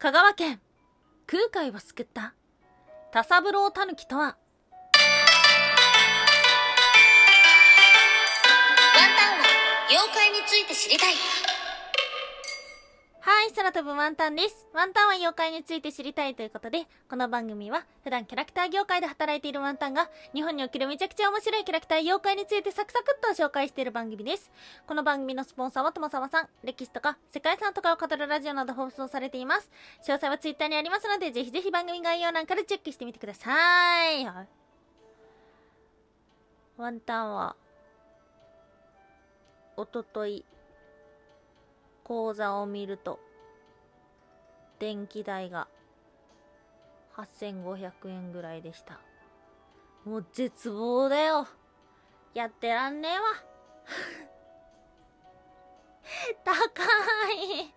香川県空海を救った田三郎たぬきとは。 ワンタンは妖怪について知りたい。 はい、空飛ぶワンタンです。ワンタンは妖怪について知りたいということで、この番組は普段キャラクター業界で働いているワンタンが日本におけるめちゃくちゃ面白いキャラクター妖怪についてサクサクっと紹介している番組です。この番組のスポンサーはともさまさん、歴史とか世界遺産とかを語るラジオなど放送されています。詳細はツイッターにありますので、ぜひぜひ番組概要欄からチェックしてみてください。ワンタンはおととい口座を見ると電気代が8500円ぐらいでした。もう絶望だよ。やってらんねえわ高い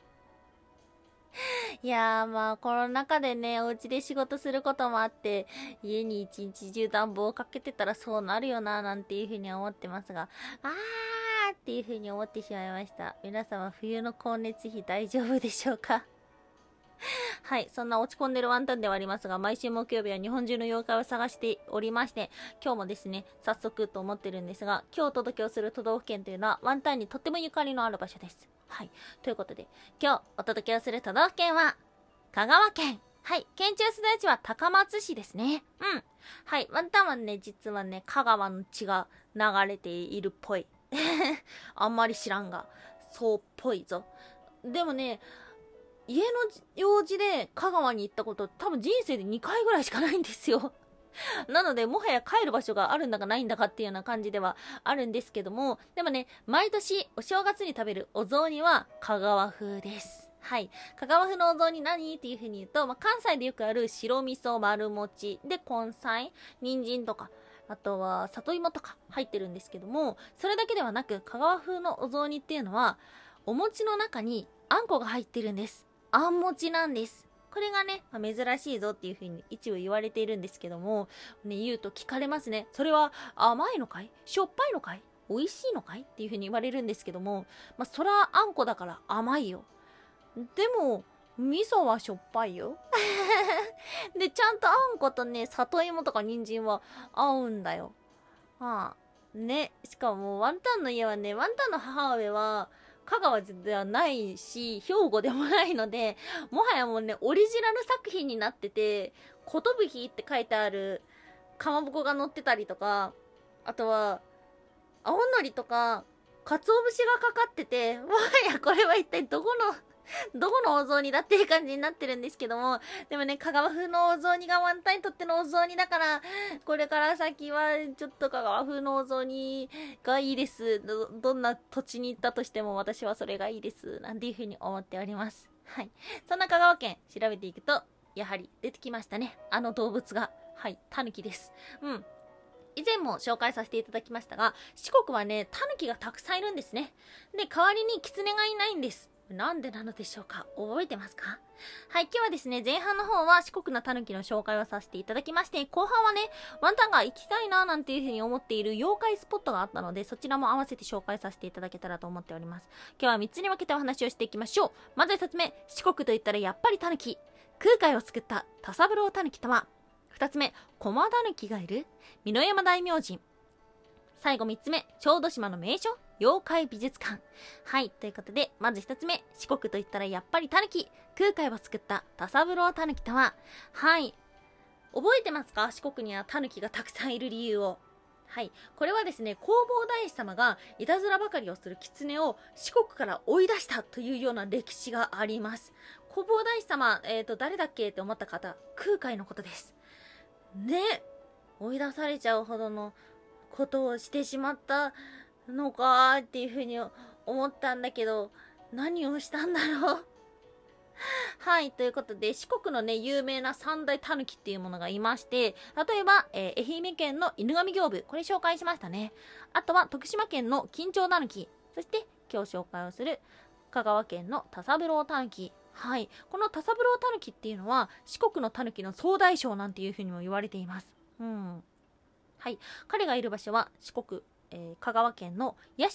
いやー、まあコロナ禍でね、お家で仕事することもあって、家に一日中暖房をかけてたらそうなるよななんていうふうに思ってますが、っていうふうに思ってしまいました。皆様冬の光熱費大丈夫でしょうかはい、そんな落ち込んでるワンタンではありますが、毎週木曜日は日本中の妖怪を探しておりまして、今日もですね、早速と思ってるんですが、今日お届けをする都道府県というのはワンタンにとってもゆかりのある場所です。はい、ということで、今日お届けをする都道府県は香川県。はい、県庁所在地は高松市ですね。はい、ワンタンはね、実はね、香川の血が流れているっぽいあんまり知らんが、そうっぽいぞ。でもね、家の用事で香川に行ったこと多分人生で2回ぐらいしかないんですよなのでもはや帰る場所があるんだかないんだかっていうような感じではあるんですけども、でもね、毎年お正月に食べるお雑煮は香川風です。はい、香川風のお雑煮何っていう風に言うと、関西でよくある白味噌丸餅で根菜、人参とか、あとは里芋とか入ってるんですけども、それだけではなく香川風のお雑煮っていうのはお餅の中にあんこが入ってるんです。あん餅なんです。これがね、珍しいぞっていう風に一部言われているんですけども、ね、言うと聞かれますね。それは甘いのかい？しょっぱいのかい？美味しいのかい？っていう風に言われるんですけども、そらあんこだから甘いよ。でも、味噌はしょっぱいよ。で、ちゃんとあんことね、里芋とか人参は合うんだよ。ね、しかもワンタンの家はね、ワンタンの母上は、香川ではないし、兵庫でもないので、もはやもうね、オリジナル作品になってて、ことぶきって書いてあるかまぼこが乗ってたりとか、あとは、青のりとか、鰹節がかかってて、もはやこれは一体どこのお雑煮だっていう感じになってるんですけども、でもね、香川風のお雑煮がワンタンにとってのお雑煮だから、これから先はちょっと香川風のお雑煮がいいです。どんな土地に行ったとしても私はそれがいいです。なんていう風に思っております。はい。そんな香川県調べていくと、やはり出てきましたね。あの動物が。はい、タヌキです。以前も紹介させていただきましたが、四国はね、タヌキがたくさんいるんですね。で、代わりにキツネがいないんです。なんでなのでしょうか？覚えてますか？はい、今日はですね、前半の方は四国のタヌキの紹介をさせていただきまして、後半はね、ワンタンが行きたいななんていう風に思っている妖怪スポットがあったので、そちらも合わせて紹介させていただけたらと思っております。今日は3つに分けてお話をしていきましょう。まず1つ目、四国と言ったらやっぱりタヌキ。空海を救った田三郎タヌキとは。2つ目、駒タヌキがいる美濃山大明神。最後3つ目、小豆島の名所妖怪美術館。はい、ということで、まず1つ目、四国と言ったらやっぱりタヌキ。空海を作った田三郎タヌキとは。はい、覚えてますか？四国にはタヌキがたくさんいる理由を。はい、これはですね、弘法大師様がいたずらばかりをする狐を四国から追い出したというような歴史があります。弘法大師様、誰だっけって思った方、空海のことです。ね、追い出されちゃうほどのことをしてしまったのかーっていうふうに思ったんだけど、何をしたんだろうはい、ということで、四国のね、有名な三大タヌキっていうものがいまして、例えば、愛媛県の犬神行部、これ紹介しましたね。あとは、徳島県の金蝶タヌキ、そして、今日紹介をする、香川県の田三郎タヌキ。はい、この田三郎タヌキっていうのは、四国のタヌキの総大将なんていうふうにも言われています。はい、彼がいる場所は四国、香川県の屋島と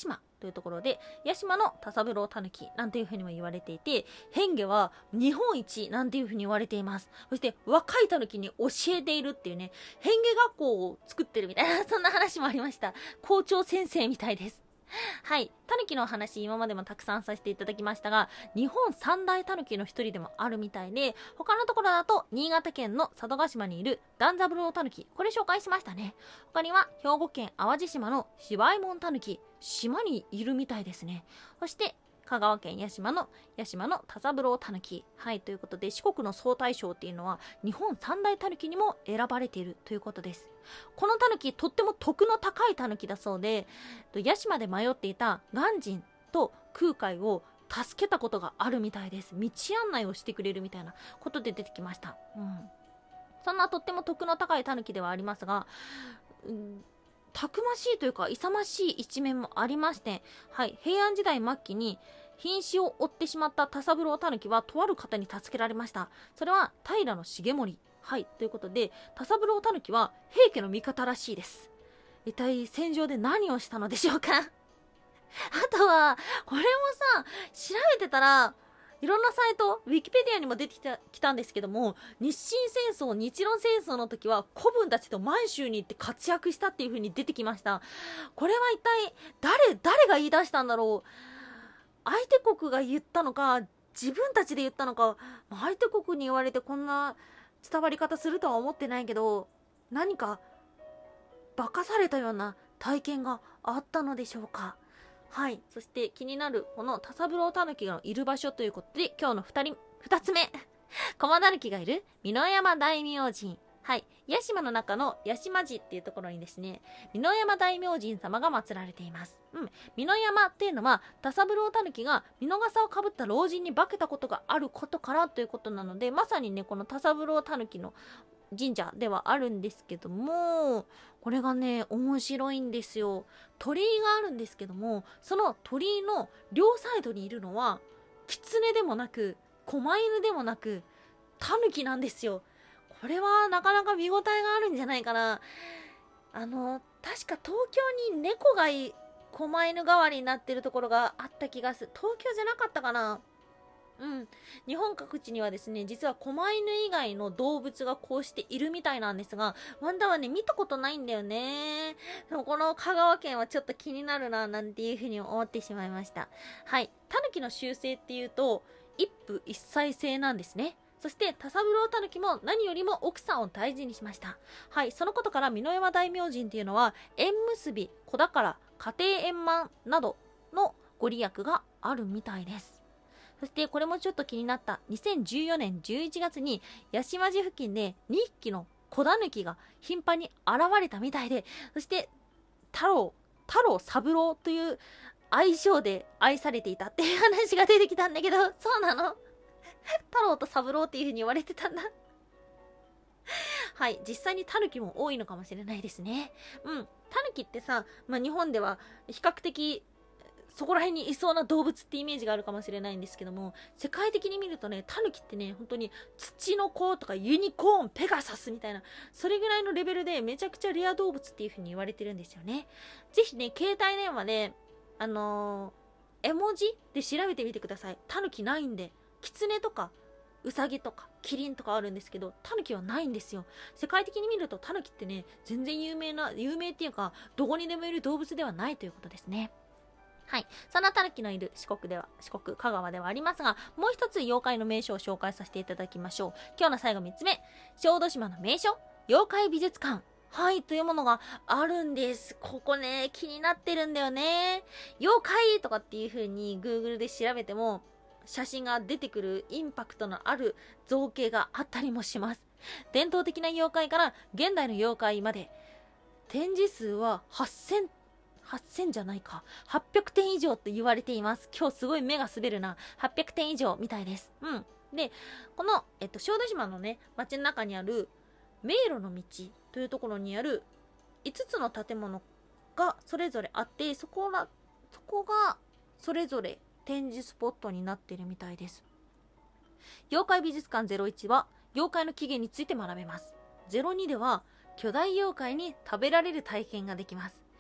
というところで、屋島の田三郎たぬきなんていう風にも言われていて、変化は日本一なんていう風に言われています。そして若いたぬきに教えているっていうね、変化学校を作ってるみたいなそんな話もありました。校長先生みたいです。はい。タヌキの話、今までもたくさんさせていただきましたが、日本三大タヌキの一人でもあるみたいで、他のところだと、新潟県の佐渡島にいる段三郎タヌキ、これ紹介しましたね。他には、兵庫県淡路島の芝居門タヌキ、島にいるみたいですね。そして、香川県屋島の田三郎たぬき。はい、ということで、四国の総大将っていうのは、日本三大たぬきにも選ばれているということです。このたぬき、とっても徳の高いたぬきだそうで、屋島で迷っていた鑑真と空海を助けたことがあるみたいです。道案内をしてくれるみたいなことで出てきました。そんなとっても徳の高いたぬきではありますが、たくましいというか勇ましい一面もありまして、はい、平安時代末期に瀕死を負ってしまった田三郎たぬきはとある方に助けられました。それは平重盛。はい、ということで田三郎たぬきは平家の味方らしいです。一体戦場で何をしたのでしょうかあとはこれもさ、調べてたらいろんなサイト、ウィキペディアにも出てきたんですけども、日清戦争、日露戦争の時は子分たちと満州に行って活躍したっていう風に出てきました。これは一体誰が言い出したんだろう。相手国が言ったのか、自分たちで言ったのか、相手国に言われてこんな伝わり方するとは思ってないけど、何か化かされたような体験があったのでしょうか。はい。そして気になるこの田三郎たぬきのいる場所ということで、今日の2つ目。駒たぬきがいる美濃山大明神。はい。屋島の中の屋島寺っていうところにですね、美濃山大明神様が祀られています。美濃山っていうのは、田三郎たぬきが美濃笠をかぶった老人に化けたことがあることからということなので、まさにね、この田三郎たぬきの神社ではあるんですけども、これがね面白いんですよ。鳥居があるんですけども、その鳥居の両サイドにいるのは狐でもなく狛犬でもなくタヌキなんですよ。これはなかなか見応えがあるんじゃないかな。確か東京に猫が狛犬代わりになってるところがあった気がする。東京じゃなかったかな。日本各地にはですね、実は狛犬以外の動物がこうしているみたいなんですが、ワンダはね見たことないんだよね。でもこの香川県はちょっと気になるななんていうふうに思ってしまいました。はい、タヌキの習性っていうと一夫一妻制なんですね。そして田三郎たぬきも何よりも奥さんを大事にしました。はい、そのことから美濃山大明神っていうのは縁結び、子宝、家庭円満などのご利益があるみたいです。そしてこれもちょっと気になった2014年11月に屋島寺付近で2匹の子タヌキが頻繁に現れたみたいで、そして太郎三郎という愛称で愛されていたっていう話が出てきたんだけど、そうなの太郎と三郎っていう風に言われてたんだはい、実際にタヌキも多いのかもしれないですね。タヌキってさ、日本では比較的そこら辺にいそうな動物ってイメージがあるかもしれないんですけども、世界的に見るとね、タヌキってね、本当に土の子とかユニコーン、ペガサスみたいな、それぐらいのレベルでめちゃくちゃレア動物っていう風に言われてるんですよね。ぜひね、携帯電話で絵文字で調べてみてください。タヌキないんで、キツネとかウサギとかキリンとかあるんですけど、タヌキはないんですよ。世界的に見るとタヌキってね、全然有名っていうか、どこにでもいる動物ではないということですね。はい。そんなタヌキのいる四国、香川ではありますが、もう一つ妖怪の名所を紹介させていただきましょう。今日の最後3つ目。小豆島の名所、妖怪美術館。はい、というものがあるんです。ここね、気になってるんだよね。妖怪とかっていう風に Google で調べても、写真が出てくるインパクトのある造形があったりもします。伝統的な妖怪から現代の妖怪まで、展示数は800じゃないか。800点以上と言われています。今日すごい目が滑るな。800点以上みたいです。で、この、小豆島のね、街の中にある迷路の道というところにある5つの建物がそれぞれあって、そこがそれぞれ展示スポットになっているみたいです。妖怪美術館01は妖怪の起源について学べます。02では巨大妖怪に食べられる体験ができます。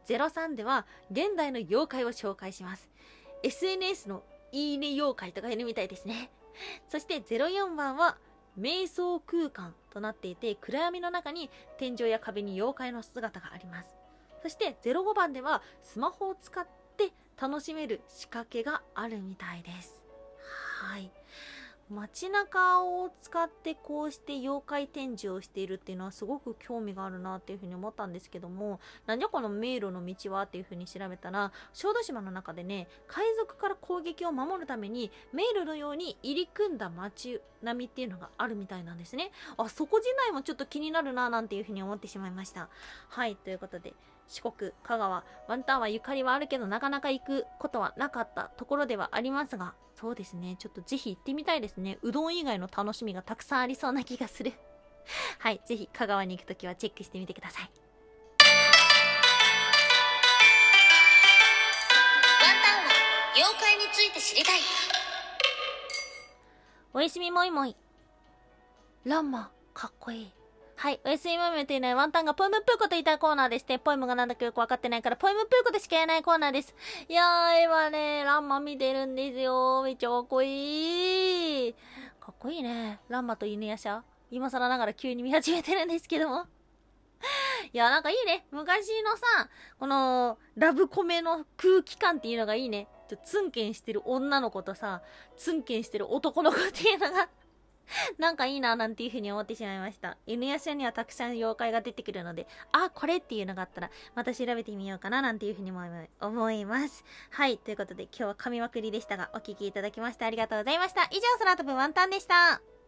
03では現代の妖怪を紹介します。 SNS のいいね妖怪とかいるみたいですね。そして04番は瞑想空間となっていて、暗闇の中に天井や壁に妖怪の姿があります。そして05番ではスマホを使って楽しめる仕掛けがあるみたいです。はい、街中を使ってこうして妖怪展示をしているっていうのはすごく興味があるなっていうふうに思ったんですけども、なんじゃこの迷路の道はっていうふうに調べたら、小豆島の中でね、海賊から攻撃を守るために迷路のように入り組んだ街並みっていうのがあるみたいなんですね。そこ自体もちょっと気になるななんていうふうに思ってしまいました。はい、ということで四国、香川、ワンタンはゆかりはあるけどなかなか行くことはなかったところではありますが、そうですね、ちょっとぜひ行ってみたいですね。うどん以外の楽しみがたくさんありそうな気がする。はい、ぜひ香川に行くときはチェックしてみてください。 ワンタンは妖怪について知りたい。 おやすみもいもい。ランマかっこいい。はい、おやすみもいもいというのはワンタンがポエムプーコと言いたいコーナーですね。ポエムがなんだかよくわかってないからポエムプーコでしか言えないコーナーです。いやー、今ねランマ見てるんですよ。めっちゃかっこいい。かっこいいね、ランマと犬夜叉。今更ながら急に見始めてるんですけどもいや、なんかいいね。昔のさ、このラブコメの空気感っていうのがいいね。ツンケンしてる女の子とさ、ツンケンしてる男の子っていうのがなんかいいななんていう風に思ってしまいました。犬夜叉にはたくさん妖怪が出てくるので、これっていうのがあったらまた調べてみようかななんていう風に思います。はい、ということで今日は噛みまくりでしたが、お聞きいただきましてありがとうございました。以上、空飛ぶワンタンでした。